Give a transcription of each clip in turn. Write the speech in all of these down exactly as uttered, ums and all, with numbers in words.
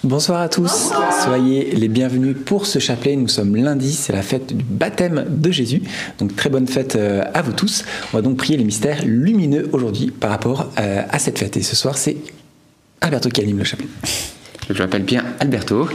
Bonsoir à tous, Bonsoir. Soyez les bienvenus pour ce chapelet. Nous sommes lundi, c'est la fête du baptême de Jésus. Donc très bonne fête à vous tous. On va donc prier les mystères lumineux aujourd'hui par rapport à cette fête. Et ce soir, c'est Alberto qui anime le chapelet. Je m'appelle bien Alberto.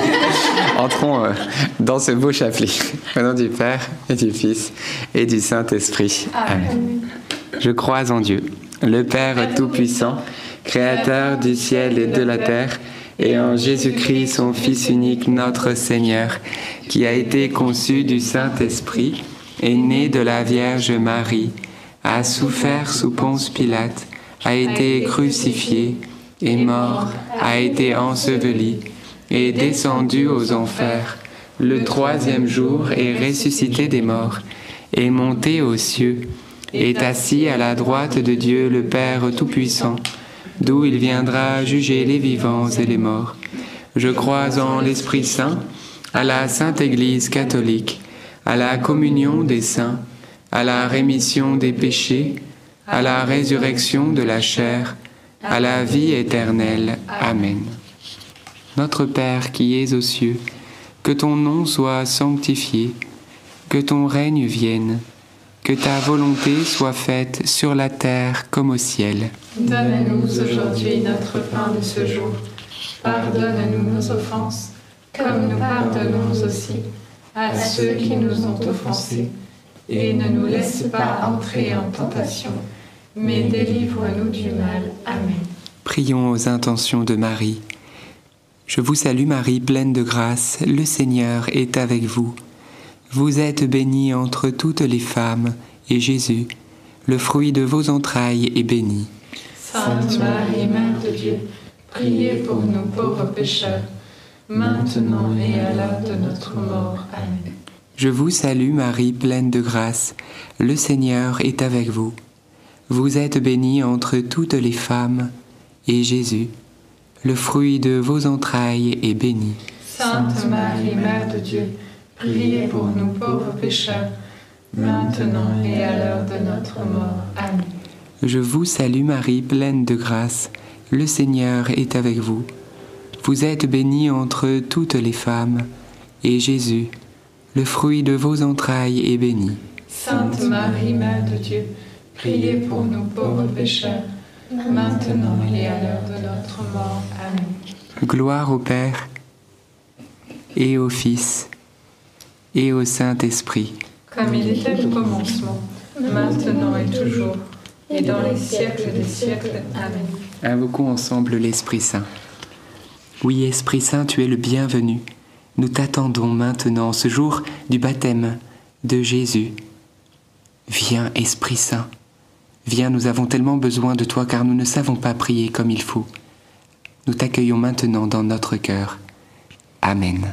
Entrons euh, dans ce beau chapelet. Au nom du Père et du Fils et du Saint-Esprit. Amen. Amen. Je crois en Dieu, le Père Tout-Puissant, Créateur du ciel et de la terre, et en Jésus-Christ, son Fils unique, notre Seigneur, qui a été conçu du Saint-Esprit, est né de la Vierge Marie, a souffert sous Ponce Pilate, a été crucifié, est mort, a été enseveli, est descendu aux enfers, le troisième jour est ressuscité des morts, est monté aux cieux, est assis à la droite de Dieu le Père Tout-Puissant, d'où il viendra juger les vivants et les morts. Je crois en l'Esprit Saint, à la Sainte Église catholique, à la communion des saints, à la rémission des péchés, à la résurrection de la chair, à la vie éternelle. Amen. Notre Père qui es aux cieux, que ton nom soit sanctifié, que ton règne vienne, que ta volonté soit faite sur la terre comme au ciel. Donne-nous aujourd'hui notre pain de ce jour. Pardonne-nous nos offenses, comme nous pardonnons aussi à ceux qui nous ont offensés. Et ne nous laisse pas entrer en tentation, mais délivre-nous du mal. Amen. Prions aux intentions de Marie. Je vous salue Marie, pleine de grâce, le Seigneur est avec vous. Vous êtes bénie entre toutes les femmes, et Jésus, le fruit de vos entrailles, est béni. Sainte Marie, Mère de Dieu, priez pour nous pauvres pécheurs, maintenant et à l'heure de notre mort. Amen. Je vous salue Marie, pleine de grâce, le Seigneur est avec vous. Vous êtes bénie entre toutes les femmes, et Jésus, le fruit de vos entrailles, est béni. Sainte Marie, Mère de Dieu, priez pour nous pauvres pécheurs, maintenant et à l'heure de notre mort. Amen. Je vous salue Marie, pleine de grâce, le Seigneur est avec vous. Vous êtes bénie entre toutes les femmes, et Jésus, le fruit de vos entrailles, est béni. Sainte Marie, Mère de Dieu, priez pour nous pauvres pécheurs, maintenant et à l'heure de notre mort. Amen. Gloire au Père, et au Fils, et au Saint-Esprit. Comme il était au commencement, maintenant et toujours, et dans les siècles des siècles. Amen. Invoquons ensemble l'Esprit Saint. Oui, Esprit Saint, tu es le bienvenu. Nous t'attendons maintenant, ce jour du baptême de Jésus. Viens, Esprit Saint. Viens, nous avons tellement besoin de toi car nous ne savons pas prier comme il faut. Nous t'accueillons maintenant dans notre cœur. Amen. Amen.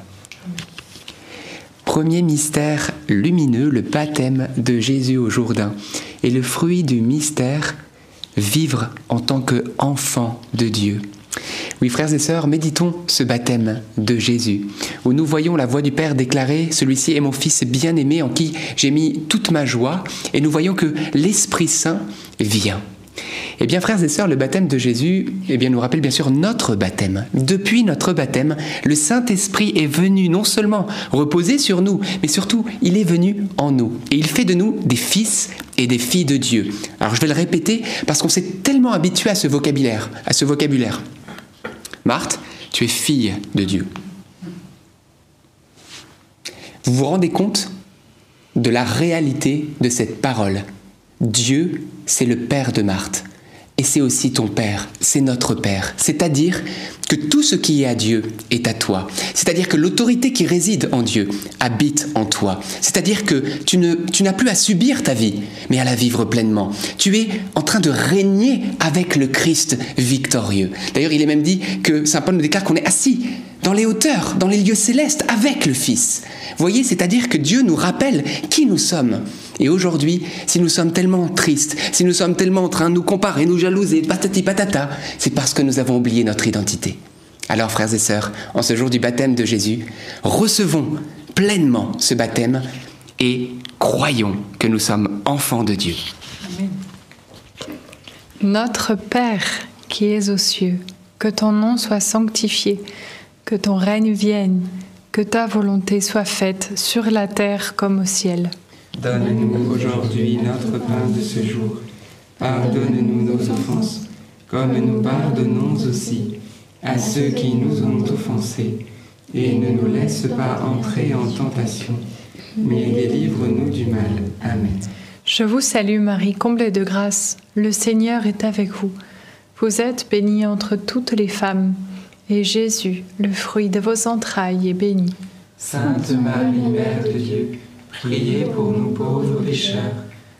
Premier mystère lumineux, le baptême de Jésus au Jourdain. Et le fruit du mystère, vivre en tant qu'enfant de Dieu. Oui, frères et sœurs, méditons ce baptême de Jésus, où nous voyons la voix du Père déclarer « Celui-ci est mon Fils bien-aimé en qui j'ai mis toute ma joie » et nous voyons que l'Esprit Saint vient. Eh bien, frères et sœurs, le baptême de Jésus eh bien, nous rappelle bien sûr notre baptême. Depuis notre baptême, le Saint-Esprit est venu non seulement reposer sur nous, mais surtout, il est venu en nous. Et il fait de nous des fils et des filles de Dieu. Alors, je vais le répéter parce qu'on s'est tellement habitué à ce vocabulaire, à ce vocabulaire. Marthe, tu es fille de Dieu. Vous vous rendez compte de la réalité de cette parole? Dieu, c'est le Père de Marthe. Et c'est aussi ton Père, c'est notre Père. C'est-à-dire que tout ce qui est à Dieu est à toi. C'est-à-dire que l'autorité qui réside en Dieu habite en toi. C'est-à-dire que tu, ne, tu n'as plus à subir ta vie, mais à la vivre pleinement. Tu es en train de régner avec le Christ victorieux. D'ailleurs, il est même dit que saint Paul nous déclare qu'on est assis dans les hauteurs, dans les lieux célestes, avec le Fils. Vous voyez, c'est-à-dire que Dieu nous rappelle qui nous sommes. Et aujourd'hui, si nous sommes tellement tristes, si nous sommes tellement en train de nous comparer, nous jalouser, patati patata, c'est parce que nous avons oublié notre identité. Alors, frères et sœurs, en ce jour du baptême de Jésus, recevons pleinement ce baptême et croyons que nous sommes enfants de Dieu. Amen. Notre Père qui es aux cieux, que ton nom soit sanctifié, Que ton règne vienne, que ta volonté soit faite sur la terre comme au ciel. Donne-nous aujourd'hui notre pain de ce jour. Pardonne-nous nos offenses, comme nous pardonnons aussi à ceux qui nous ont offensés. Et ne nous laisse pas entrer en tentation, mais délivre-nous du mal. Amen. Je vous salue Marie, comblée de grâce, le Seigneur est avec vous. Vous êtes bénie entre toutes les femmes, et Jésus, le fruit de vos entrailles, est béni. Sainte Marie, Mère de Dieu, priez pour nous pauvres pécheurs,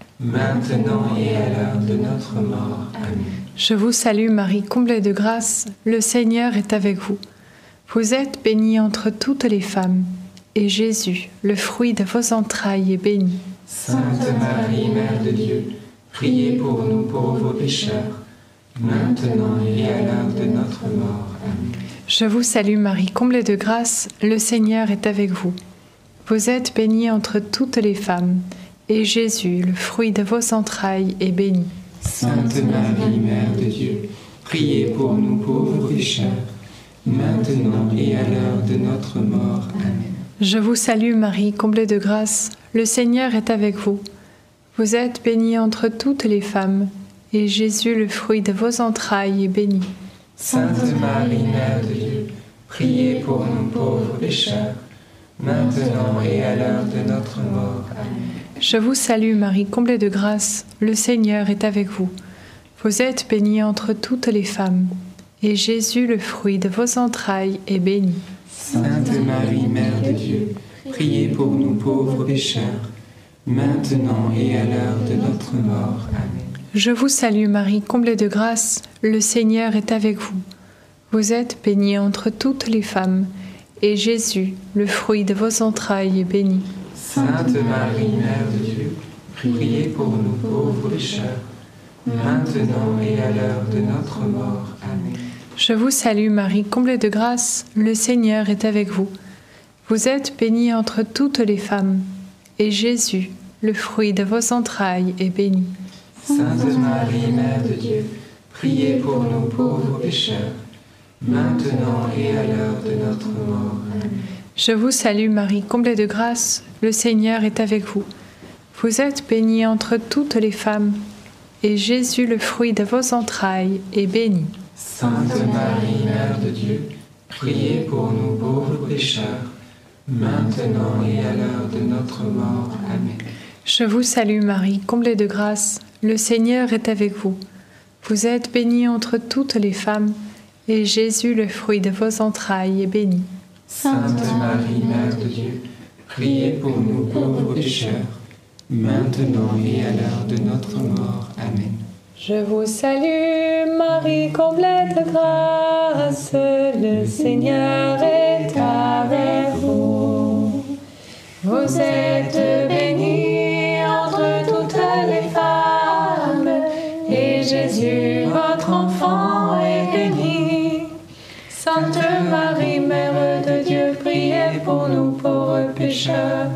maintenant et à l'heure de notre mort. Amen. Je vous salue Marie, comblée de grâce, le Seigneur est avec vous. Vous êtes bénie entre toutes les femmes, et Jésus, le fruit de vos entrailles, est béni. Sainte Marie, Mère de Dieu, priez pour nous pauvres pécheurs, maintenant et à l'heure de notre mort. Amen. Je vous salue Marie, comblée de grâce, le Seigneur est avec vous. Vous êtes bénie entre toutes les femmes, et Jésus, le fruit de vos entrailles, est béni. Sainte Marie, Mère de Dieu, priez pour nous pauvres pécheurs, maintenant et à l'heure de notre mort. Amen. Je vous salue Marie, comblée de grâce, le Seigneur est avec vous. Vous êtes bénie entre toutes les femmes, et Jésus, le fruit de vos entrailles, est béni. Sainte Marie, Mère de Dieu, priez pour nous pauvres pécheurs, maintenant et à l'heure de notre mort. Amen. Je vous salue Marie, comblée de grâce, le Seigneur est avec vous. Vous êtes bénie entre toutes les femmes, et Jésus, le fruit de vos entrailles, est béni. Sainte Marie, Mère de Dieu, priez pour nous pauvres pécheurs, maintenant et à l'heure de notre mort. Amen. Je vous salue Marie, comblée de grâce, le Seigneur est avec vous. Vous êtes bénie entre toutes les femmes, et Jésus, le fruit de vos entrailles, est béni. Sainte Marie, Mère de Dieu, priez pour nous pauvres pécheurs, maintenant et à l'heure de notre mort. Amen. Je vous salue Marie, comblée de grâce, le Seigneur est avec vous. Vous êtes bénie entre toutes les femmes, et Jésus, le fruit de vos entrailles, est béni. Sainte Marie, Mère de Dieu, priez pour nous pauvres pécheurs, maintenant et à l'heure de notre mort. Amen. Je vous salue Marie, comblée de grâce, le Seigneur est avec vous. Vous êtes bénie entre toutes les femmes, et Jésus, le fruit de vos entrailles, est béni. Sainte Marie, Mère de Dieu, priez pour nous pauvres pécheurs, maintenant et à l'heure de notre mort. Amen. Je vous salue Marie, comblée de grâce, le Seigneur est avec vous. Vous êtes bénie entre toutes les femmes, et Jésus, le fruit de vos entrailles, est béni. Sainte Marie, Mère de Dieu, priez pour nous pauvres pécheurs, maintenant et à l'heure de notre mort. Amen. Je vous salue, Marie, comblée de grâce, le Seigneur est avec vous. Vous êtes bénie entre toutes les femmes, et Jésus, votre enfant, est béni. Sainte Marie, Mère de Dieu, priez pour nous pauvres pécheurs,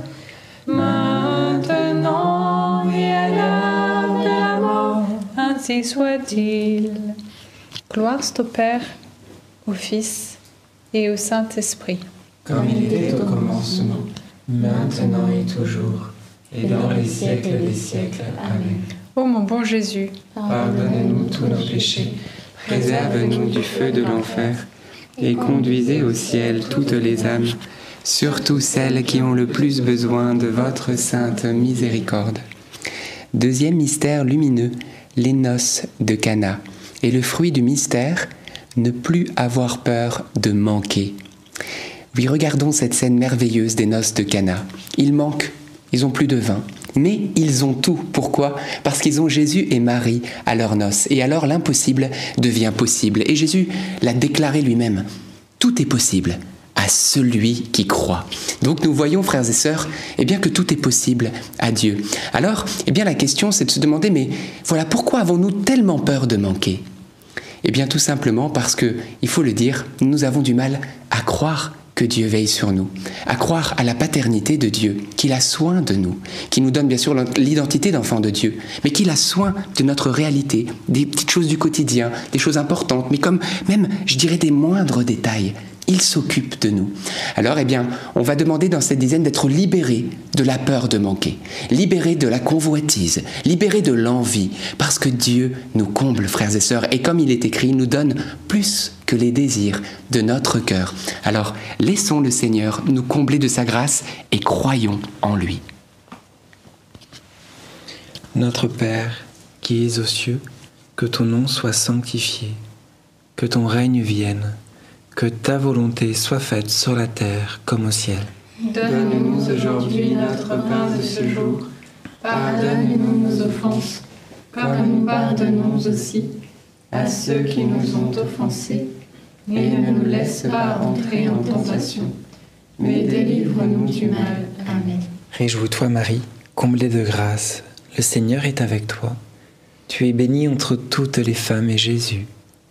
maintenant et à l'heure de la mort. Ainsi soit-il. Gloire au Père, au Fils et au Saint-Esprit. Comme il était au commencement, maintenant et toujours, et dans les siècles des siècles. Amen. Ô mon bon Jésus, pardonne-nous tous nos péchés, préserve-nous du feu de l'enfer, et conduisez au ciel toutes les âmes, surtout celles qui ont le plus besoin de votre sainte miséricorde. Deuxième mystère lumineux, les noces de Cana. Et le fruit du mystère, ne plus avoir peur de manquer. Oui, regardons cette scène merveilleuse des noces de Cana. Ils manquent, ils ont plus de vin, mais ils ont tout. Pourquoi ? Parce qu'ils ont Jésus et Marie à leurs noces. Et alors l'impossible devient possible. Et Jésus l'a déclaré lui-même. Tout est possible à celui qui croit. Donc nous voyons, frères et sœurs, eh bien que tout est possible à Dieu. Alors, eh bien la question c'est de se demander, mais voilà, pourquoi avons-nous tellement peur de manquer ? Eh bien tout simplement parce que, il faut le dire, nous avons du mal à croire que Dieu veille sur nous, à croire à la paternité de Dieu, qu'il a soin de nous, qui nous donne bien sûr l'identité d'enfant de Dieu, mais qu'il a soin de notre réalité, des petites choses du quotidien, des choses importantes, mais comme même, je dirais, des moindres détails. il s'occupe de nous. Alors, eh bien, on va demander dans cette dizaine d'être libérés de la peur de manquer, libérés de la convoitise, libérés de l'envie, parce que Dieu nous comble, frères et sœurs, et comme il est écrit, il nous donne plus que les désirs de notre cœur. Alors, laissons le Seigneur nous combler de sa grâce et croyons en lui. Notre Père, qui es aux cieux, que ton nom soit sanctifié, que ton règne vienne, que ta volonté soit faite sur la terre comme au ciel. Donne-nous aujourd'hui notre pain de ce jour. Pardonne-nous nos offenses, comme nous pardonnons aussi à ceux qui nous ont offensés. Et ne nous laisse pas entrer en tentation, mais délivre-nous du mal. Amen. Réjouis-toi Marie, comblée de grâce, le Seigneur est avec toi. Tu es bénie entre toutes les femmes et Jésus,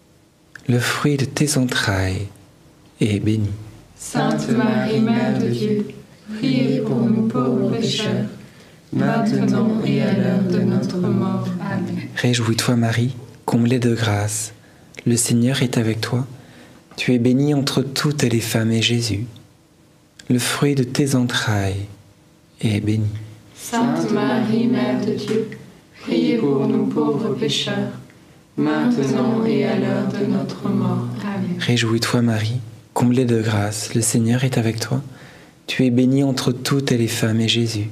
le fruit de tes entrailles, est béni. Sainte Marie, Mère de Dieu, priez pour nous pauvres pécheurs, maintenant et à l'heure de notre mort. Amen. Réjouis-toi Marie, comblée de grâce, le Seigneur est avec toi. Tu es bénie entre toutes les femmes et Jésus, le fruit de tes entrailles, est béni. Sainte Marie, Mère de Dieu, priez pour nous pauvres pécheurs, maintenant et à l'heure de notre mort. Amen. Réjouis-toi Marie, comblée de grâce, le Seigneur est avec toi. Tu es bénie entre toutes les femmes et Jésus,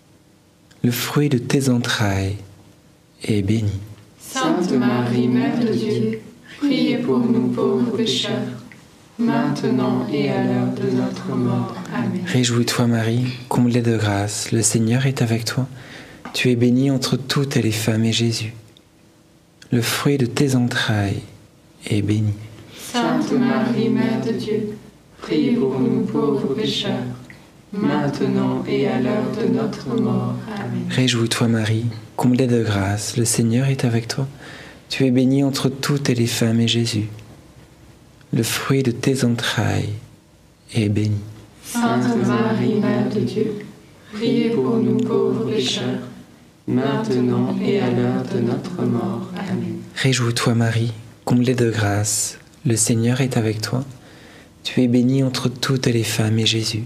le fruit de tes entrailles, est béni. Sainte Marie, Mère de Dieu, priez pour nous pauvres pécheurs, maintenant et à l'heure de notre mort. Amen. Réjouis-toi Marie, comblée de grâce, le Seigneur est avec toi. Tu es bénie entre toutes les femmes et Jésus, le fruit de tes entrailles, est béni. Sainte Marie, Mère de Dieu, priez pour nous pauvres pécheurs, maintenant et à l'heure de notre mort. Amen. Réjouis-toi Marie, comblée de grâce, le Seigneur est avec toi. Tu es bénie entre toutes les femmes et Jésus, le fruit de tes entrailles, est béni. Sainte Marie, Mère de Dieu, priez pour nous pauvres pécheurs, maintenant et à l'heure de notre mort. Amen. Réjouis-toi Marie, comblée de grâce, le Seigneur est avec toi. Tu es bénie entre toutes les femmes et Jésus,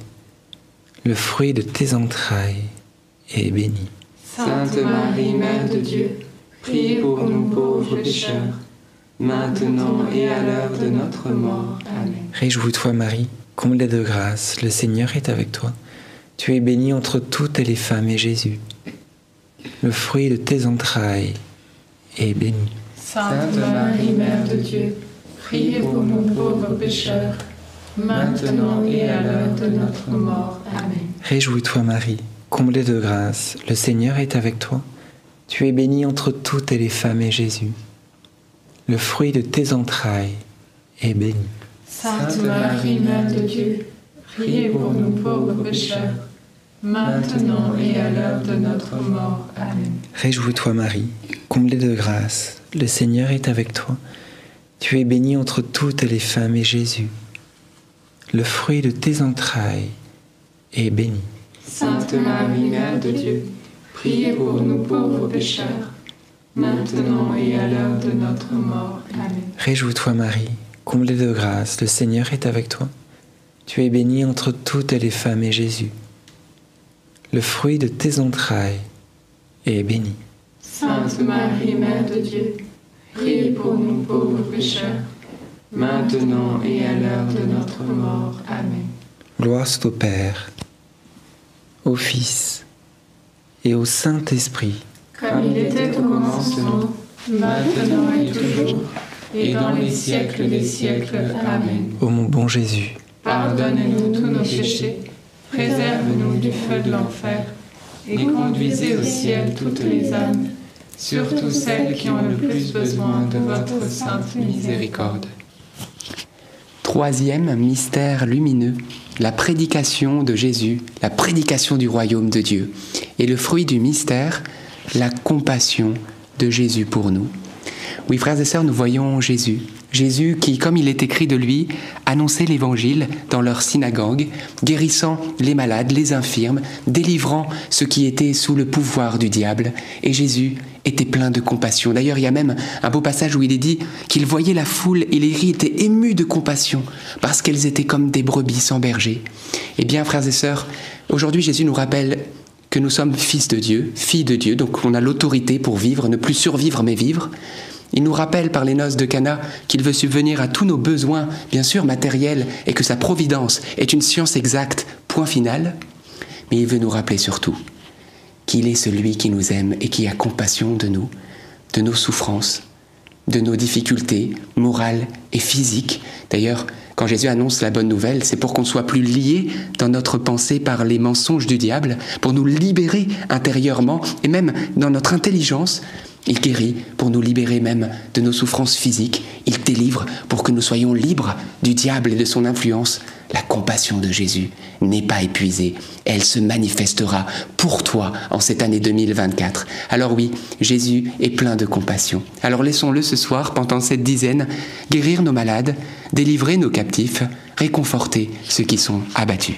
le fruit de tes entrailles, est béni. Sainte Marie, Mère de Dieu, priez pour nous pauvres pécheurs, maintenant et à l'heure de notre mort. Amen. Réjouis-toi Marie, comblée de grâce, le Seigneur est avec toi. Tu es bénie entre toutes les femmes et Jésus, le fruit de tes entrailles, est béni. Sainte Marie, Mère de Dieu, priez pour nous pauvres pécheurs, maintenant et à l'heure de notre mort. Amen. Réjouis-toi Marie, comblée de grâce, le Seigneur est avec toi. Tu es bénie entre toutes les femmes et Jésus, le fruit de tes entrailles, est béni. Sainte Marie, Mère de Dieu, priez pour nous pauvres pécheurs, maintenant et à l'heure de notre mort. Amen. Réjouis-toi Marie, comblée de grâce, le Seigneur est avec toi. Tu es bénie entre toutes les femmes et Jésus, le fruit de tes entrailles, est béni. Sainte Marie, Mère de Dieu, priez pour nous pauvres pécheurs, maintenant et à l'heure de notre mort. Amen. Réjouis-toi Marie, comblée de grâce, le Seigneur est avec toi. Tu es bénie entre toutes les femmes et Jésus, le fruit de tes entrailles, est béni. Sainte Marie, Mère de Dieu, priez pour nous pauvres pécheurs, maintenant et à l'heure de notre mort. Amen. Gloire soit au Père, au Fils et au Saint-Esprit, comme il était au commencement, maintenant et toujours, et dans les siècles des siècles. Amen. Ô mon bon Jésus, pardonne-nous tous nos péchés, préserve-nous du feu de l'enfer, et conduisez au ciel toutes les âmes, surtout celles qui ont le plus besoin de votre sainte miséricorde. Troisième mystère lumineux, la prédication de Jésus, la prédication du royaume de Dieu. Et le fruit du mystère, la compassion de Jésus pour nous. Oui, frères et sœurs, nous voyons Jésus. Jésus qui, comme il est écrit de lui, annonçait l'évangile dans leur synagogue, guérissant les malades, les infirmes, délivrant ceux qui étaient sous le pouvoir du diable. Et Jésus était plein de compassion. D'ailleurs, il y a même un beau passage où il est dit qu'il voyait la foule et les ris étaient émus de compassion parce qu'elles étaient comme des brebis sans berger. Eh bien, frères et sœurs, aujourd'hui, Jésus nous rappelle que nous sommes fils de Dieu, filles de Dieu, donc on a l'autorité pour vivre, ne plus survivre mais vivre. Il nous rappelle par les noces de Cana qu'il veut subvenir à tous nos besoins, bien sûr matériels, et que sa providence est une science exacte, point final. Mais il veut nous rappeler surtout qu'il est celui qui nous aime et qui a compassion de nous, de nos souffrances, de nos difficultés morales et physiques. D'ailleurs, quand Jésus annonce la bonne nouvelle, c'est pour qu'on soit plus liés dans notre pensée par les mensonges du diable, pour nous libérer intérieurement et même dans notre intelligence. Il guérit pour nous libérer même de nos souffrances physiques. Il délivre pour que nous soyons libres du diable et de son influence. La compassion de Jésus n'est pas épuisée. Elle se manifestera pour toi en cette année deux mille vingt-quatre. Alors oui, Jésus est plein de compassion. Alors laissons-le ce soir, pendant cette dizaine, guérir nos malades, délivrer nos captifs, réconforter ceux qui sont abattus.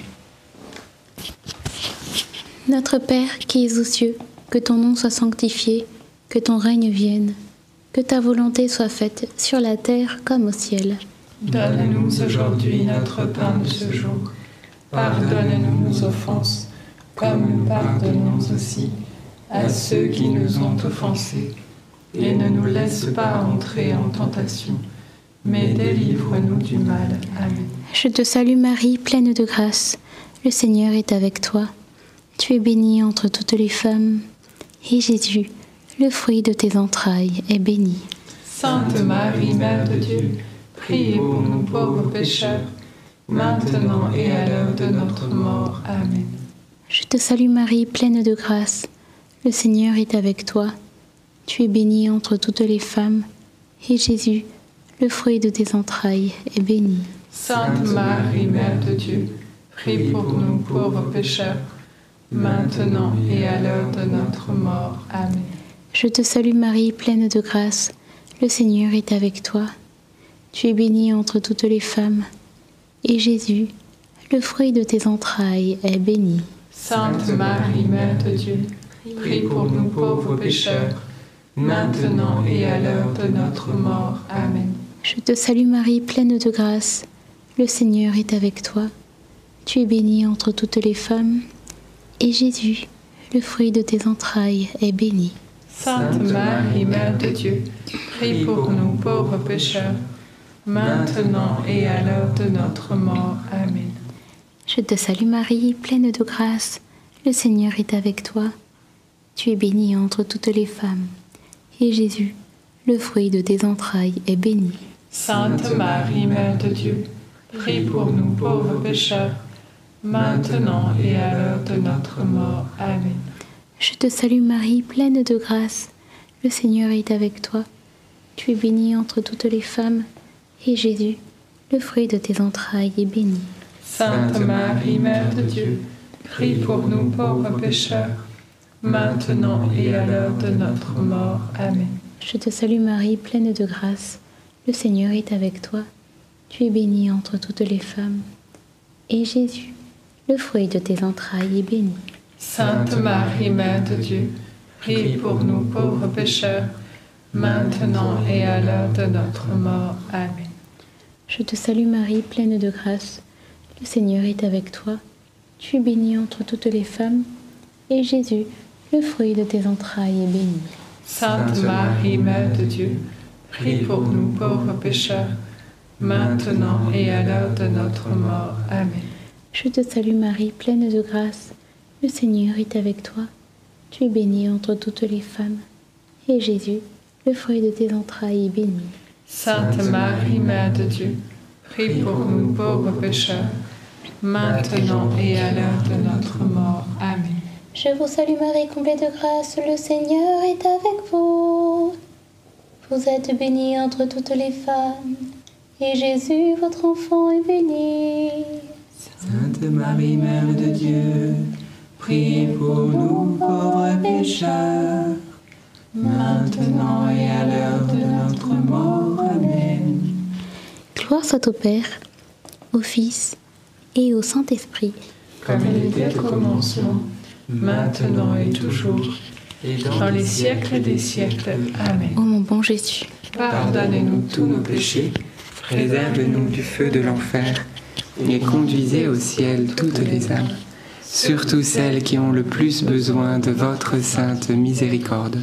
Notre Père qui es aux cieux, que ton nom soit sanctifié, que ton règne vienne, que ta volonté soit faite sur la terre comme au ciel. Donne-nous aujourd'hui notre pain de ce jour. Pardonne-nous nos offenses, comme nous pardonnons aussi à ceux qui nous ont offensés. Et ne nous laisse pas entrer en tentation, mais délivre-nous du mal. Amen. Je te salue Marie, pleine de grâce. Le Seigneur est avec toi. Tu es bénie entre toutes les femmes, et Jésus, le fruit de tes entrailles, est béni. Sainte Marie, Mère de Dieu, priez pour nous pauvres pécheurs, maintenant et à l'heure de notre mort. Amen. Je te salue Marie, pleine de grâce. Le Seigneur est avec toi. Tu es bénie entre toutes les femmes, et Jésus, le fruit de tes entrailles, est béni. Sainte Marie, Mère de Dieu, prie pour nous pauvres pécheurs, maintenant et à l'heure de notre mort. Amen. Je te salue Marie, pleine de grâce. Le Seigneur est avec toi. Tu es bénie entre toutes les femmes, et Jésus, le fruit de tes entrailles, est béni. Sainte Marie, Mère de Dieu, prie pour nous pauvres pécheurs, maintenant et à l'heure de notre mort. Amen. Je te salue Marie, pleine de grâce. Le Seigneur est avec toi. Tu es bénie entre toutes les femmes, et Jésus, le fruit de tes entrailles, est béni. Sainte Marie, Mère de Dieu, prie pour nous pauvres pécheurs, maintenant et à l'heure de notre mort. Amen. Je te salue Marie, pleine de grâce. Le Seigneur est avec toi. Tu es bénie entre toutes les femmes, et Jésus, le fruit de tes entrailles, est béni. Sainte Marie, Mère de Dieu, prie pour nous pauvres pécheurs, maintenant et à l'heure de notre mort. Amen. Je te salue Marie, pleine de grâce. Le Seigneur est avec toi. Tu es bénie entre toutes les femmes, et Jésus, le fruit de tes entrailles, est béni. Sainte Marie, Mère de Dieu, prie pour nous pauvres pécheurs, maintenant et à l'heure de notre mort. Amen. Je te salue Marie, pleine de grâce. Le Seigneur est avec toi. Tu es bénie entre toutes les femmes, et Jésus, le fruit de tes entrailles, est béni. Sainte Marie, Mère de Dieu, prie pour nous pauvres pécheurs, maintenant et à l'heure de notre mort. Amen. Je te salue Marie, pleine de grâce. Le Seigneur est avec toi. Tu es bénie entre toutes les femmes, et Jésus, le fruit de tes entrailles, est béni. Sainte Marie, Mère de Dieu, prie pour nous pauvres pécheurs, maintenant et à l'heure de notre mort. Amen. Je te salue Marie, pleine de grâce. Le Seigneur est avec toi. Tu es bénie entre toutes les femmes, et Jésus, le fruit de tes entrailles, est béni. Sainte Marie, Mère de Dieu, prie pour nous pauvres pécheurs, maintenant et à l'heure de notre mort. Amen. Je vous salue Marie, comblée de grâce, le Seigneur est avec vous. Vous êtes bénie entre toutes les femmes, et Jésus, votre enfant, est béni. Sainte Marie, Mère de Dieu, priez pour nous pauvres pécheurs, maintenant et à l'heure de notre mort. Amen. Gloire soit au Père, au Fils et au Saint-Esprit, comme il était au commencement, maintenant et toujours, et dans les siècles des siècles. Amen. Ô mon bon Jésus, Pardonnez-nous tous nos péchés, préserve-nous du feu de l'enfer, et conduisez au ciel toutes les âmes, surtout celles qui ont le plus besoin de votre sainte miséricorde.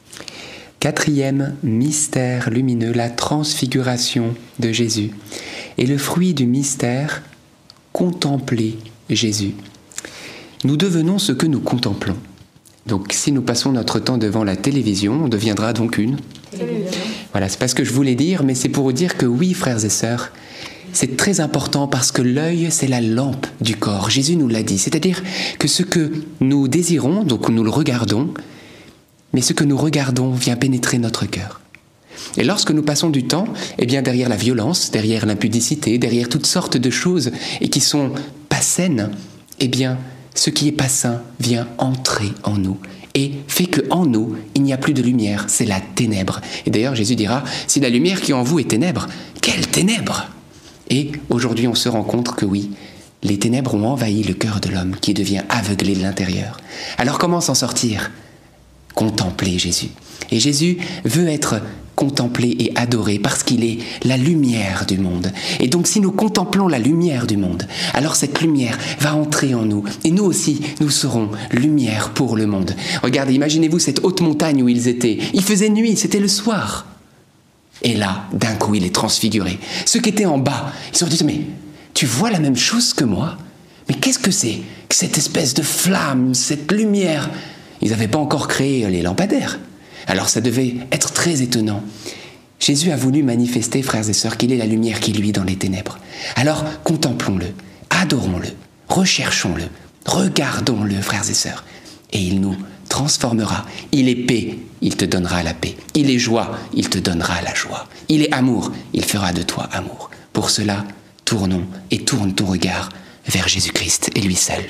Quatrième mystère lumineux, la transfiguration de Jésus. Et le fruit du mystère, contempler Jésus. Nous devenons ce que nous contemplons. Donc si nous passons notre temps devant la télévision, on deviendra donc une. Voilà, c'est pas ce que je voulais dire, mais c'est pour vous dire que oui, frères et sœurs, c'est très important parce que l'œil, c'est la lampe du corps. Jésus nous l'a dit, c'est-à-dire que ce que nous désirons, donc nous le regardons, mais ce que nous regardons vient pénétrer notre cœur. Et lorsque nous passons du temps, eh bien derrière la violence, derrière l'impudicité, derrière toutes sortes de choses et qui sont pas saines, eh bien ce qui est pas sain vient entrer en nous et fait qu'en nous, il n'y a plus de lumière, c'est la ténèbre. Et d'ailleurs Jésus dira, si la lumière qui est en vous est ténèbre, quelle ténèbre! Et aujourd'hui on se rend compte que oui, les ténèbres ont envahi le cœur de l'homme qui devient aveuglé de l'intérieur. Alors comment s'en sortir ? Contempler Jésus. Et Jésus veut être contemplé et adoré parce qu'il est la lumière du monde. Et donc si nous contemplons la lumière du monde, alors cette lumière va entrer en nous. Et nous aussi, nous serons lumière pour le monde. Regardez, imaginez-vous cette haute montagne où ils étaient. Il faisait nuit, c'était le soir. Et là, d'un coup, il est transfiguré. Ceux qui étaient en bas, ils se sont dit, mais tu vois la même chose que moi ? Mais qu'est-ce que c'est que cette espèce de flamme, cette lumière ? Ils n'avaient pas encore créé les lampadaires. Alors ça devait être très étonnant. Jésus a voulu manifester, frères et sœurs, qu'il est la lumière qui luit dans les ténèbres. Alors contemplons-le, adorons-le, recherchons-le, regardons-le, frères et sœurs. Et il nous transformera. Il est paix, il te donnera la paix. Il est joie, il te donnera la joie. Il est amour, il fera de toi amour. Pour cela, tournons et tourne ton regard vers Jésus-Christ et lui seul.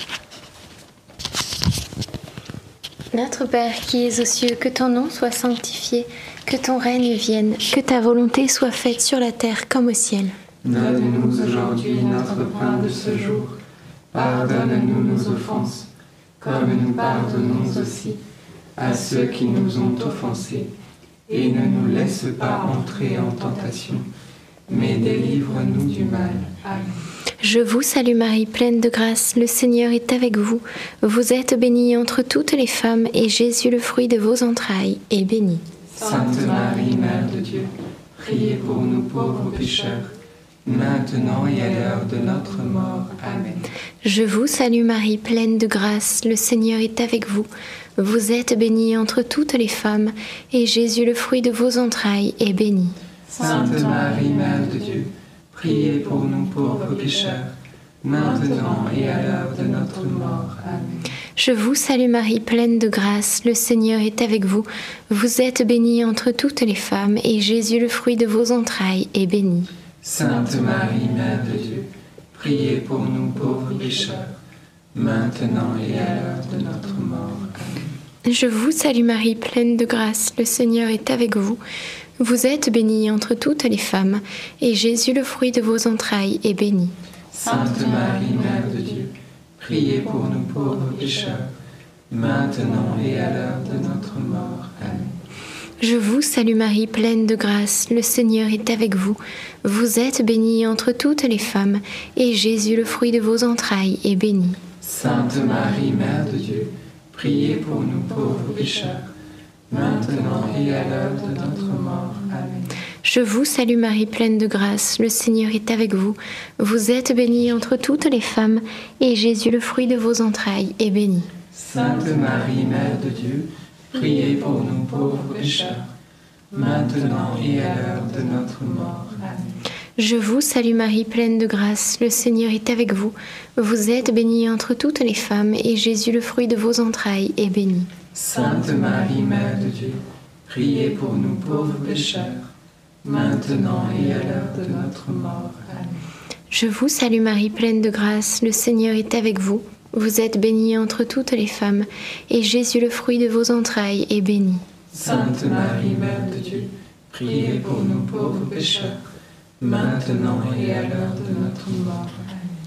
Notre Père qui es aux cieux, que ton nom soit sanctifié, que ton règne vienne, que ta volonté soit faite sur la terre comme au ciel. Donne-nous aujourd'hui notre pain de ce jour. Pardonne-nous nos offenses, comme nous pardonnons aussi à ceux qui nous ont offensés. Et ne nous laisse pas entrer en tentation, mais délivre-nous du mal. Amen. Je vous salue Marie, pleine de grâce, le Seigneur est avec vous. Vous êtes bénie entre toutes les femmes, et Jésus, le fruit de vos entrailles, est béni. Sainte Marie, Mère de Dieu, priez pour nous pauvres pécheurs, maintenant et à l'heure de notre mort. Amen. Je vous salue Marie, pleine de grâce, le Seigneur est avec vous. Vous êtes bénie entre toutes les femmes, et Jésus, le fruit de vos entrailles, est béni. Sainte Marie, Mère de Dieu, priez pour nous pauvres pécheurs, maintenant et à l'heure de notre mort. Amen. Je vous salue Marie, pleine de grâce, le Seigneur est avec vous. Vous êtes bénie entre toutes les femmes, et Jésus, le fruit de vos entrailles, est béni. Sainte Marie, Mère de Dieu, priez pour nous pauvres pécheurs, maintenant et à l'heure de notre mort. Amen. Je vous salue Marie, pleine de grâce, le Seigneur est avec vous. Vous êtes bénie entre toutes les femmes, et Jésus, le fruit de vos entrailles, est béni. Sainte Marie, Mère de Dieu, priez pour nous pauvres pécheurs, maintenant et à l'heure de notre mort. Amen. Je vous salue Marie, pleine de grâce, le Seigneur est avec vous. Vous êtes bénie entre toutes les femmes, et Jésus, le fruit de vos entrailles, est béni. Sainte Marie, Mère de Dieu, priez pour nous pauvres pécheurs, maintenant et à l'heure de notre mort. Amen. Je vous salue Marie, pleine de grâce, le Seigneur est avec vous. Vous êtes bénie entre toutes les femmes, et Jésus, le fruit de vos entrailles, est béni. Sainte Marie, Mère de Dieu, priez pour nous pauvres pécheurs, maintenant et à l'heure de notre mort. Amen. Je vous salue Marie, pleine de grâce, le Seigneur est avec vous. Vous êtes bénie entre toutes les femmes, et Jésus, le fruit de vos entrailles, est béni. Sainte Marie, Mère de Dieu, priez pour nous pauvres pécheurs, maintenant et à l'heure de notre mort. Amen. Je vous salue Marie, pleine de grâce, le Seigneur est avec vous. Vous êtes bénie entre toutes les femmes, et Jésus, le fruit de vos entrailles, est béni. Sainte Marie, Mère de Dieu, priez pour nous pauvres pécheurs, maintenant et à l'heure de notre mort. Amen.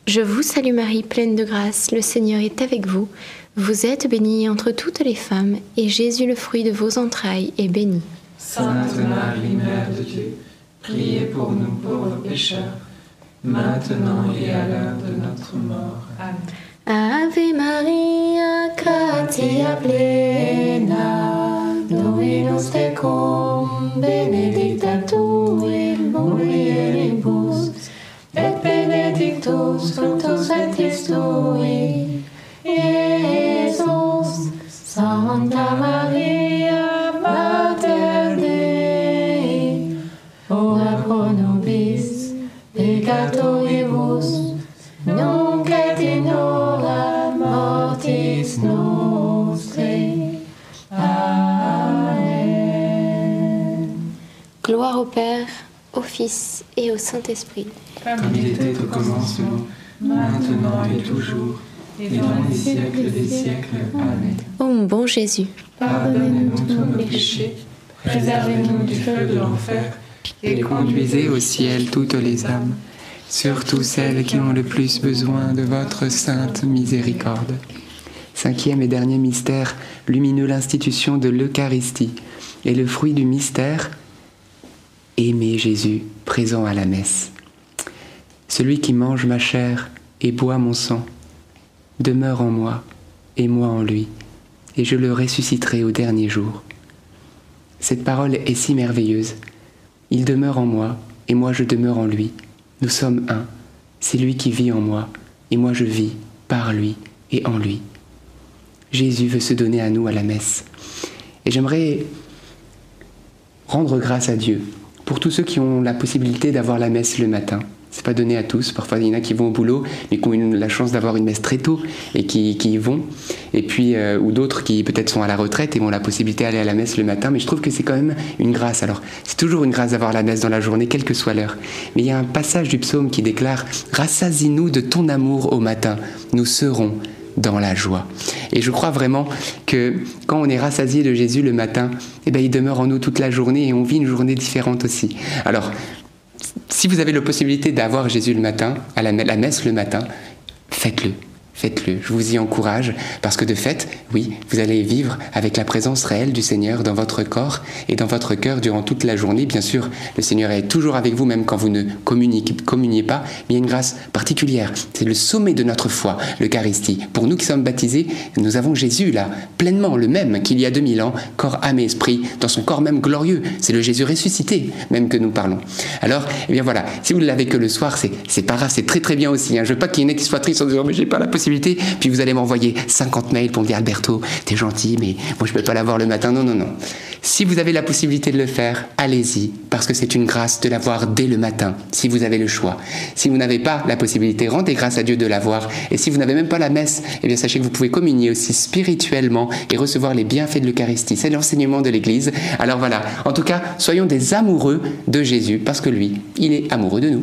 Je vous salue Marie, pleine de grâce, le Seigneur est avec vous. Vous êtes bénie entre toutes les femmes, et Jésus, le fruit de vos entrailles, est béni. Sainte Marie, Mère de Dieu, priez pour nous pauvres pécheurs, maintenant et à l'heure de notre mort. Amen. Ave Maria, gratia plena, Dominus tecum, benedicta tu in mulieribus, et benedictus fructus ventris tui, Iesus. Santa Maria, Mater Dei, ora pro nobis peccatoribus, nunc et in hora mortis nostrae. Amen. Gloire au Père, au Fils et au Saint-Esprit. Comme il était au commencement, maintenant et toujours, et dans les siècles des siècles. Amen. Ô mon bon Jésus, Pardonnez-nous tous nos péchés, préservez-nous du feu de l'enfer, Et conduisez au ciel toutes les âmes, surtout celles qui ont le plus besoin de votre sainte miséricorde. Cinquième et dernier mystère lumineux, l'institution de l'Eucharistie. Et le fruit du mystère, aimer Jésus présent à la messe. Celui qui mange ma chair et boit mon sang demeure en moi et moi en lui, et je le ressusciterai au dernier jour. Cette parole est si merveilleuse. Il demeure en moi et moi je demeure en lui. Nous sommes un. C'est lui qui vit en moi et moi je vis par lui et en lui. Jésus veut se donner à nous à la messe. Et j'aimerais rendre grâce à Dieu pour tous ceux qui ont la possibilité d'avoir la messe le matin. C'est pas donné à tous. Parfois, il y en a qui vont au boulot, mais qui ont une, la chance d'avoir une messe très tôt et qui, qui y vont. Et puis, euh, ou d'autres qui peut-être sont à la retraite et ont la possibilité d'aller à la messe le matin. Mais je trouve que c'est quand même une grâce. Alors, c'est toujours une grâce d'avoir la messe dans la journée, quelle que soit l'heure. Mais il y a un passage du psaume qui déclare « Rassasie-nous de ton amour au matin, nous serons dans la joie ». Et je crois vraiment que quand on est rassasié de Jésus le matin, eh ben, il demeure en nous toute la journée et on vit une journée différente aussi. Alors, si vous avez la possibilité d'avoir Jésus le matin, à la, la messe le matin, faites-le. Faites-le, je vous y encourage, parce que de fait, oui, vous allez vivre avec la présence réelle du Seigneur dans votre corps et dans votre cœur durant toute la journée. Bien sûr, le Seigneur est toujours avec vous, même quand vous ne communiquez, communiez pas, mais il y a une grâce particulière. C'est le sommet de notre foi, l'Eucharistie. Pour nous qui sommes baptisés, nous avons Jésus là, pleinement le même qu'il y a deux mille ans, corps, âme et esprit, dans son corps même glorieux. C'est le Jésus ressuscité, même que nous parlons. Alors, eh bien voilà, si vous ne l'avez que le soir, c'est, c'est pas grave, c'est très très bien aussi. Hein. Je veux pas qu'il y en ait qui soient tristes en disant « mais j'ai pas la possibilité ». Puis vous allez m'envoyer cinquante mails pour me dire « Alberto, t'es gentil, mais moi je peux pas l'avoir le matin. » Non, non, non. Si vous avez la possibilité de le faire, allez-y, parce que c'est une grâce de l'avoir dès le matin, si vous avez le choix. Si vous n'avez pas la possibilité, rendez grâce à Dieu de l'avoir. Et si vous n'avez même pas la messe, eh bien sachez que vous pouvez communier aussi spirituellement et recevoir les bienfaits de l'Eucharistie. C'est l'enseignement de l'Église. Alors voilà, en tout cas, soyons des amoureux de Jésus, parce que lui, il est amoureux de nous.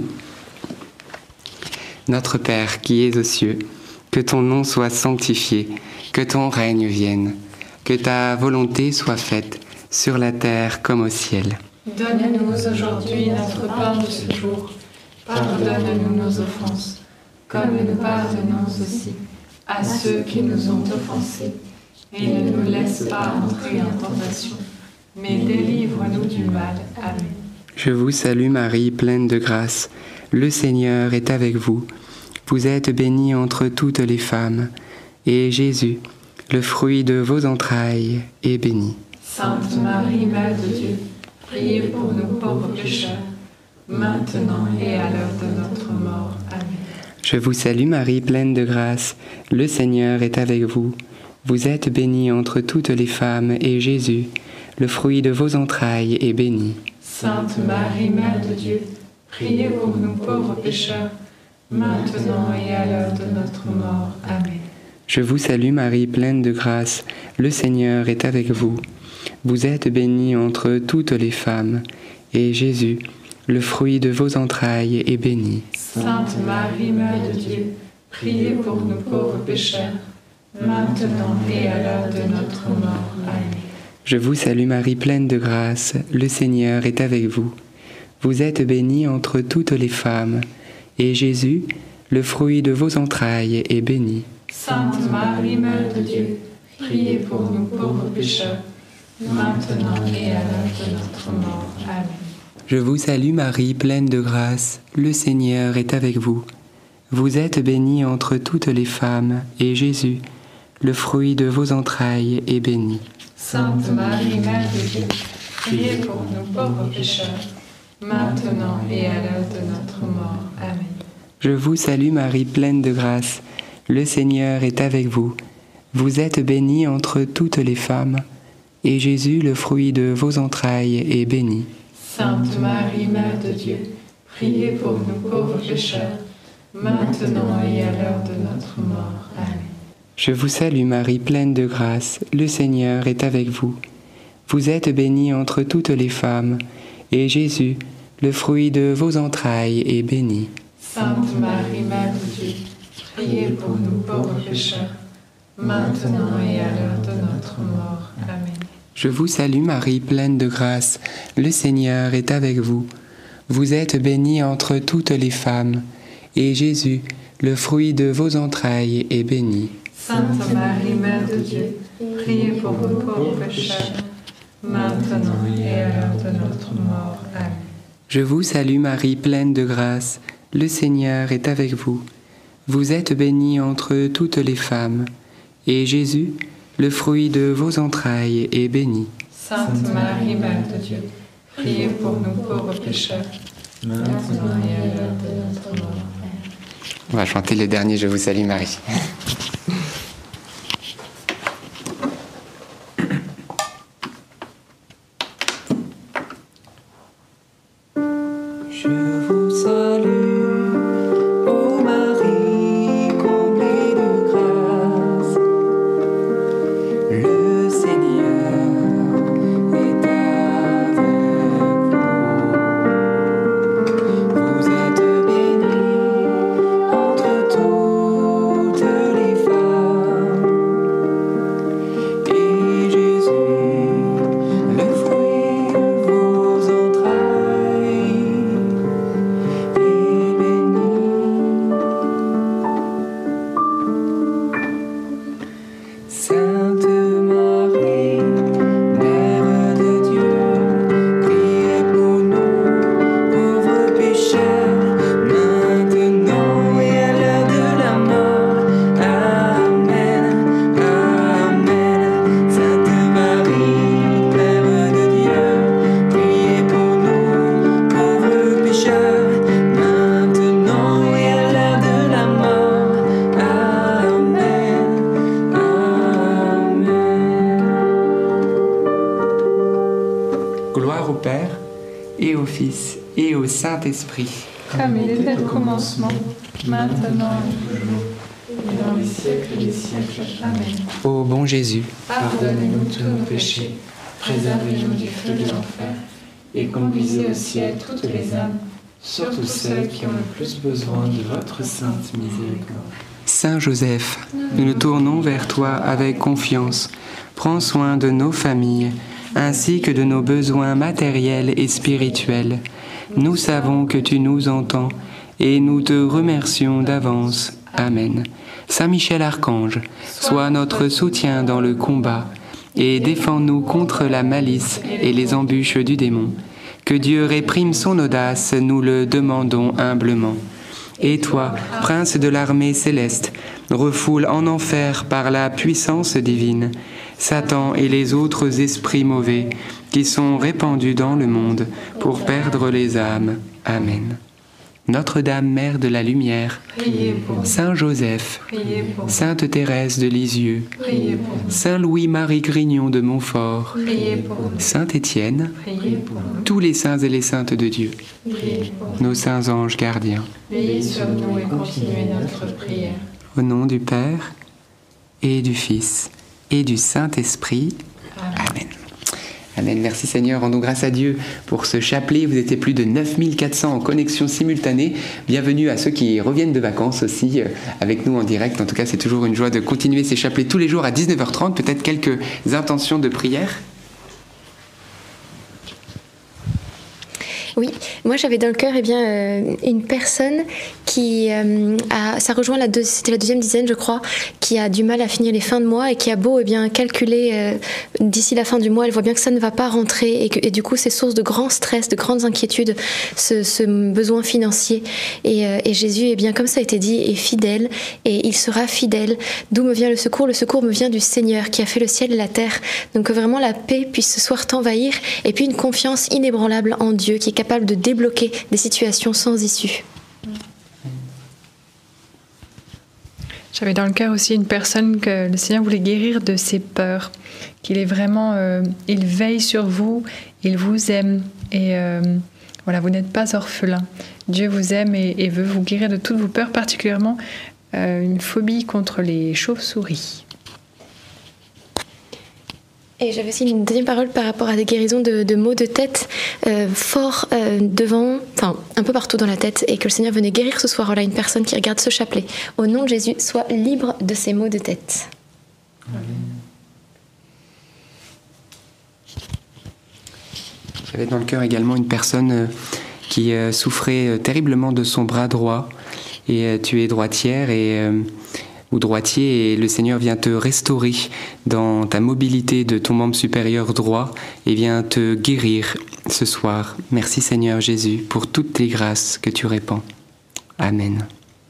Notre Père qui es aux cieux, que ton nom soit sanctifié, que ton règne vienne, que ta volonté soit faite, sur la terre comme au ciel. Donne-nous aujourd'hui notre pain de ce jour. Pardonne-nous nos offenses, comme nous pardonnons aussi à ceux qui nous ont offensés. Et ne nous laisse pas entrer en tentation, mais délivre-nous du mal. Amen. Je vous salue Marie, pleine de grâce. Le Seigneur est avec vous. Vous êtes bénie entre toutes les femmes, et Jésus, le fruit de vos entrailles, est béni. Sainte Marie, Mère de Dieu, priez pour nous pauvres pécheurs, maintenant et à l'heure de notre mort. Amen. Je vous salue Marie, pleine de grâce. Le Seigneur est avec vous. Vous êtes bénie entre toutes les femmes, et Jésus, le fruit de vos entrailles, est béni. Sainte Marie, Mère de Dieu, priez pour nous pauvres pécheurs, maintenant et à l'heure de notre mort. Amen. Je vous salue Marie, pleine de grâce. Le Seigneur est avec vous. Vous êtes bénie entre toutes les femmes, et Jésus, le fruit de vos entrailles, est béni. Sainte Marie, Mère de Dieu, priez pour nous pauvres pécheurs, maintenant et à l'heure de notre mort. Amen. Je vous salue Marie, pleine de grâce. Le Seigneur est avec vous. Vous êtes bénie entre toutes les femmes, et Jésus, le fruit de vos entrailles est béni. Sainte Marie, Mère de Dieu, priez pour nous pauvres pécheurs, maintenant et à l'heure de notre mort. Amen. Je vous salue Marie, pleine de grâce, le Seigneur est avec vous. Vous êtes bénie entre toutes les femmes, et Jésus, le fruit de vos entrailles, est béni. Sainte Marie, Mère de Dieu, priez pour nous pauvres pécheurs, maintenant et à l'heure de notre mort. Amen. Je vous salue Marie, pleine de grâce, le Seigneur est avec vous. Vous êtes bénie entre toutes les femmes, et Jésus, le fruit de vos entrailles, est béni. Sainte Marie, Mère de Dieu, priez pour nous pauvres pécheurs, maintenant et à l'heure de notre mort. Amen. Je vous salue Marie, pleine de grâce, le Seigneur est avec vous. Vous êtes bénie entre toutes les femmes, et Jésus, le fruit de vos entrailles, est béni. Sainte Marie, Mère de Dieu, priez pour nous pauvres pécheurs, maintenant et à l'heure de notre mort. Amen. Je vous salue Marie, pleine de grâce, le Seigneur est avec vous. Vous êtes bénie entre toutes les femmes, et Jésus, le fruit de vos entrailles, est béni. Sainte Marie, Mère de Dieu, priez pour nous pauvres pécheurs, maintenant et à l'heure de notre mort. Amen. Je vous salue Marie, pleine de grâce, le Seigneur est avec vous. Vous êtes bénie entre toutes les femmes, et Jésus, le fruit de vos entrailles, est béni. Sainte Marie, Mère de Dieu, priez pour nous pauvres pécheurs, maintenant et à l'heure de notre mort. Amen. On va chanter le dernier Je vous salue Marie. Je vous salue, ô Marie, comblée de grâce. Le Seigneur est avec vous. Vous êtes bénie entre toutes les femmes. Et Jésus, le fruit de vos entrailles, est béni. Sainte Marie, Mère de Dieu, priez pour nous, pauvres pécheurs, maintenant et à l'heure de la mort. Amen, Amen. Sainte Marie, Mère de Dieu, priez pour nous, pauvres pécheurs, maintenant et à l'heure de la mort. Amen, Amen. Gloire au Père, et au Fils, et au Saint-Esprit. Comme il était au commencement, maintenant et toujours, et dans les siècles des siècles. Amen. Ô bon Jésus, Pardonnez-nous tous nos péchés, préservez-nous du feu de l'enfer, et conduisez au ciel toutes les âmes, surtout celles qui ont le plus besoin de votre sainte miséricorde. Saint Joseph, nous nous tournons vers toi avec confiance. Prends soin de nos familles, ainsi que de nos besoins matériels et spirituels. Nous savons que tu nous entends, et nous te remercions d'avance. Amen. Saint Michel Archange, sois notre soutien dans le combat, et défends-nous contre la malice et les embûches du démon. Que Dieu réprime son audace, nous le demandons humblement. Et toi, prince de l'armée céleste, refoule en enfer par la puissance divine Satan et les autres esprits mauvais qui sont répandus dans le monde pour perdre les âmes. Amen. Notre-Dame, Mère de la Lumière, Priez pour nous. Saint Joseph, Priez pour nous. Sainte Thérèse de Lisieux, Priez pour nous. Saint Louis-Marie Grignon de Montfort, Priez pour nous. Saint Étienne, Priez pour nous. tous les saints et les saintes de Dieu, Priez pour nous. nos saints anges gardiens. Veillez sur nous et continuez notre prière. Au nom du Père et du Fils et du Saint-Esprit. Amen. Amen. Merci Seigneur. Rendons grâce à Dieu pour ce chapelet. Vous étiez plus de neuf mille quatre cents en connexion simultanée. Bienvenue à ceux qui reviennent de vacances aussi euh, avec nous en direct. En tout cas, c'est toujours une joie de continuer ces chapelets tous les jours à dix-neuf heures trente. Peut-être quelques intentions de prière. Oui, moi j'avais dans le cœur eh bien, euh, une personne qui qui euh, a, ça rejoint la, deux, c'était la deuxième dizaine, je crois, qui a du mal à finir les fins de mois et qui a beau eh bien, calculer euh, d'ici la fin du mois, elle voit bien que ça ne va pas rentrer et, que, et du coup c'est source de grand stress, de grandes inquiétudes, ce, ce besoin financier. Et, euh, et Jésus, eh bien, comme ça a été dit, est fidèle et il sera fidèle. D'où me vient le secours? Le secours me vient du Seigneur qui a fait le ciel et la terre. Donc que vraiment la paix puisse ce soir t'envahir et puis une confiance inébranlable en Dieu qui est capable de débloquer des situations sans issue. J'avais dans le cœur aussi une personne que le Seigneur voulait guérir de ses peurs, qu'il est vraiment, euh, il veille sur vous, il vous aime et euh, voilà, vous n'êtes pas orphelin. Dieu vous aime et, et veut vous guérir de toutes vos peurs, particulièrement euh, une phobie contre les chauves-souris. Et j'avais aussi une deuxième parole par rapport à des guérisons de, de maux de tête euh, forts euh, devant, enfin un peu partout dans la tête, et que le Seigneur venait guérir ce soir. Voilà, une personne qui regarde ce chapelet. Au nom de Jésus, sois libre de ces maux de tête. Amen. J'avais dans le cœur également une personne qui euh, souffrait terriblement de son bras droit, et euh, tu es droitière et euh, ou droitier, et le Seigneur vient te restaurer dans ta mobilité de ton membre supérieur droit et vient te guérir ce soir. Merci Seigneur Jésus pour toutes les grâces que tu répands. Amen.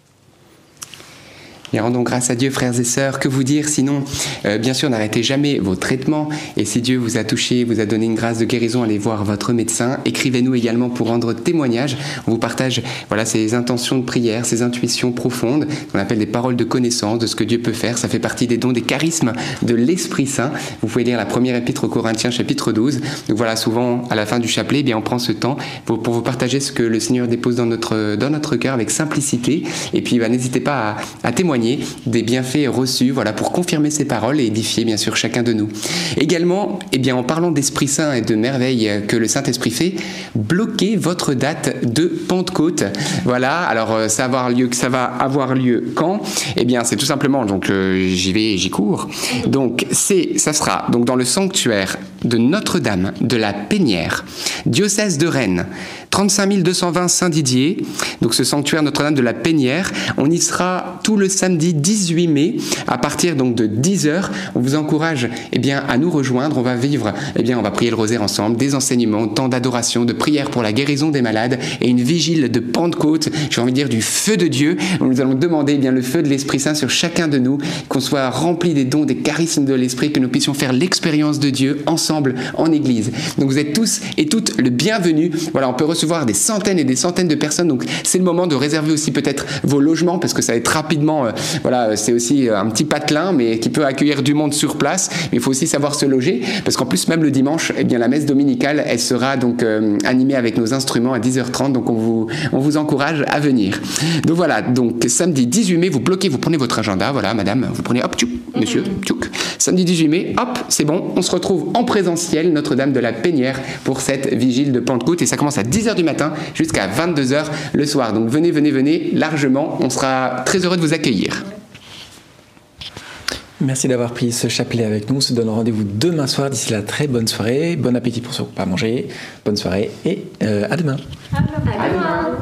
Et rendons grâce à Dieu, frères et sœurs. Que vous dire sinon euh, bien sûr, n'arrêtez jamais vos traitements. Et si Dieu vous a touché, vous a donné une grâce de guérison, allez voir votre médecin. Écrivez-nous également pour rendre témoignage. On vous partage voilà, ces intentions de prière, ces intuitions profondes, qu'on appelle des paroles de connaissance de ce que Dieu peut faire. Ça fait partie des dons, des charismes de l'Esprit Saint. Vous pouvez lire la première épître aux Corinthiens, chapitre douze. Donc voilà, souvent, à la fin du chapelet, eh bien, on prend ce temps pour, pour vous partager ce que le Seigneur dépose dans notre, dans notre cœur avec simplicité. Et puis, bah, n'hésitez pas à, à témoigner des bienfaits reçus, voilà, pour confirmer ces paroles et édifier bien sûr chacun de nous. Également, eh bien, en parlant d'Esprit Saint et de merveilles que le Saint-Esprit fait, bloquez votre date de Pentecôte. Voilà, alors ça va avoir lieu, ça va avoir lieu quand? Eh bien, c'est tout simplement, donc euh, j'y vais, j'y cours. Donc, c'est, ça sera donc dans le sanctuaire de Notre-Dame de la Pénière, diocèse de Rennes, trente-cinq mille deux cent vingt Saint-Didier, donc ce sanctuaire Notre-Dame de la Pénière. On y sera tout le samedi dix-huit mai à partir donc de dix heures. On vous encourage eh bien, à nous rejoindre. On va vivre, eh bien, on va prier le rosaire ensemble, des enseignements, temps d'adoration, de prière pour la guérison des malades et une vigile de Pentecôte, j'ai envie de dire du feu de Dieu. Nous allons demander eh bien, le feu de l'Esprit Saint sur chacun de nous, qu'on soit rempli des dons, des charismes de l'Esprit, que nous puissions faire l'expérience de Dieu ensemble en Église. Donc vous êtes tous et toutes le bienvenu. Voilà, on peut recevoir des centaines et des centaines de personnes, donc c'est le moment de réserver aussi peut-être vos logements, parce que ça va être rapidement, euh, voilà, c'est aussi un petit patelin, mais qui peut accueillir du monde sur place, mais il faut aussi savoir se loger, parce qu'en plus même le dimanche, eh bien la messe dominicale, elle sera donc euh, animée avec nos instruments à dix heures trente, donc on vous, on vous encourage à venir. Donc voilà, donc samedi dix-huit mai, vous bloquez, vous prenez votre agenda, voilà madame, vous prenez hop, tchouk, monsieur, tchouk, samedi dix-huit mai, hop, c'est bon, on se retrouve en présentiel, Notre-Dame de la Pénière, pour cette vigile de Pentecôte, et ça commence à dix heures du matin jusqu'à vingt-deux heures le soir. Donc venez, venez, venez largement. On sera très heureux de vous accueillir. Merci d'avoir pris ce chapelet avec nous. On se donne rendez-vous demain soir. D'ici là, très bonne soirée. Bon appétit pour ceux qui n'ont pas mangé. Bonne soirée et euh, à demain. À demain. À demain.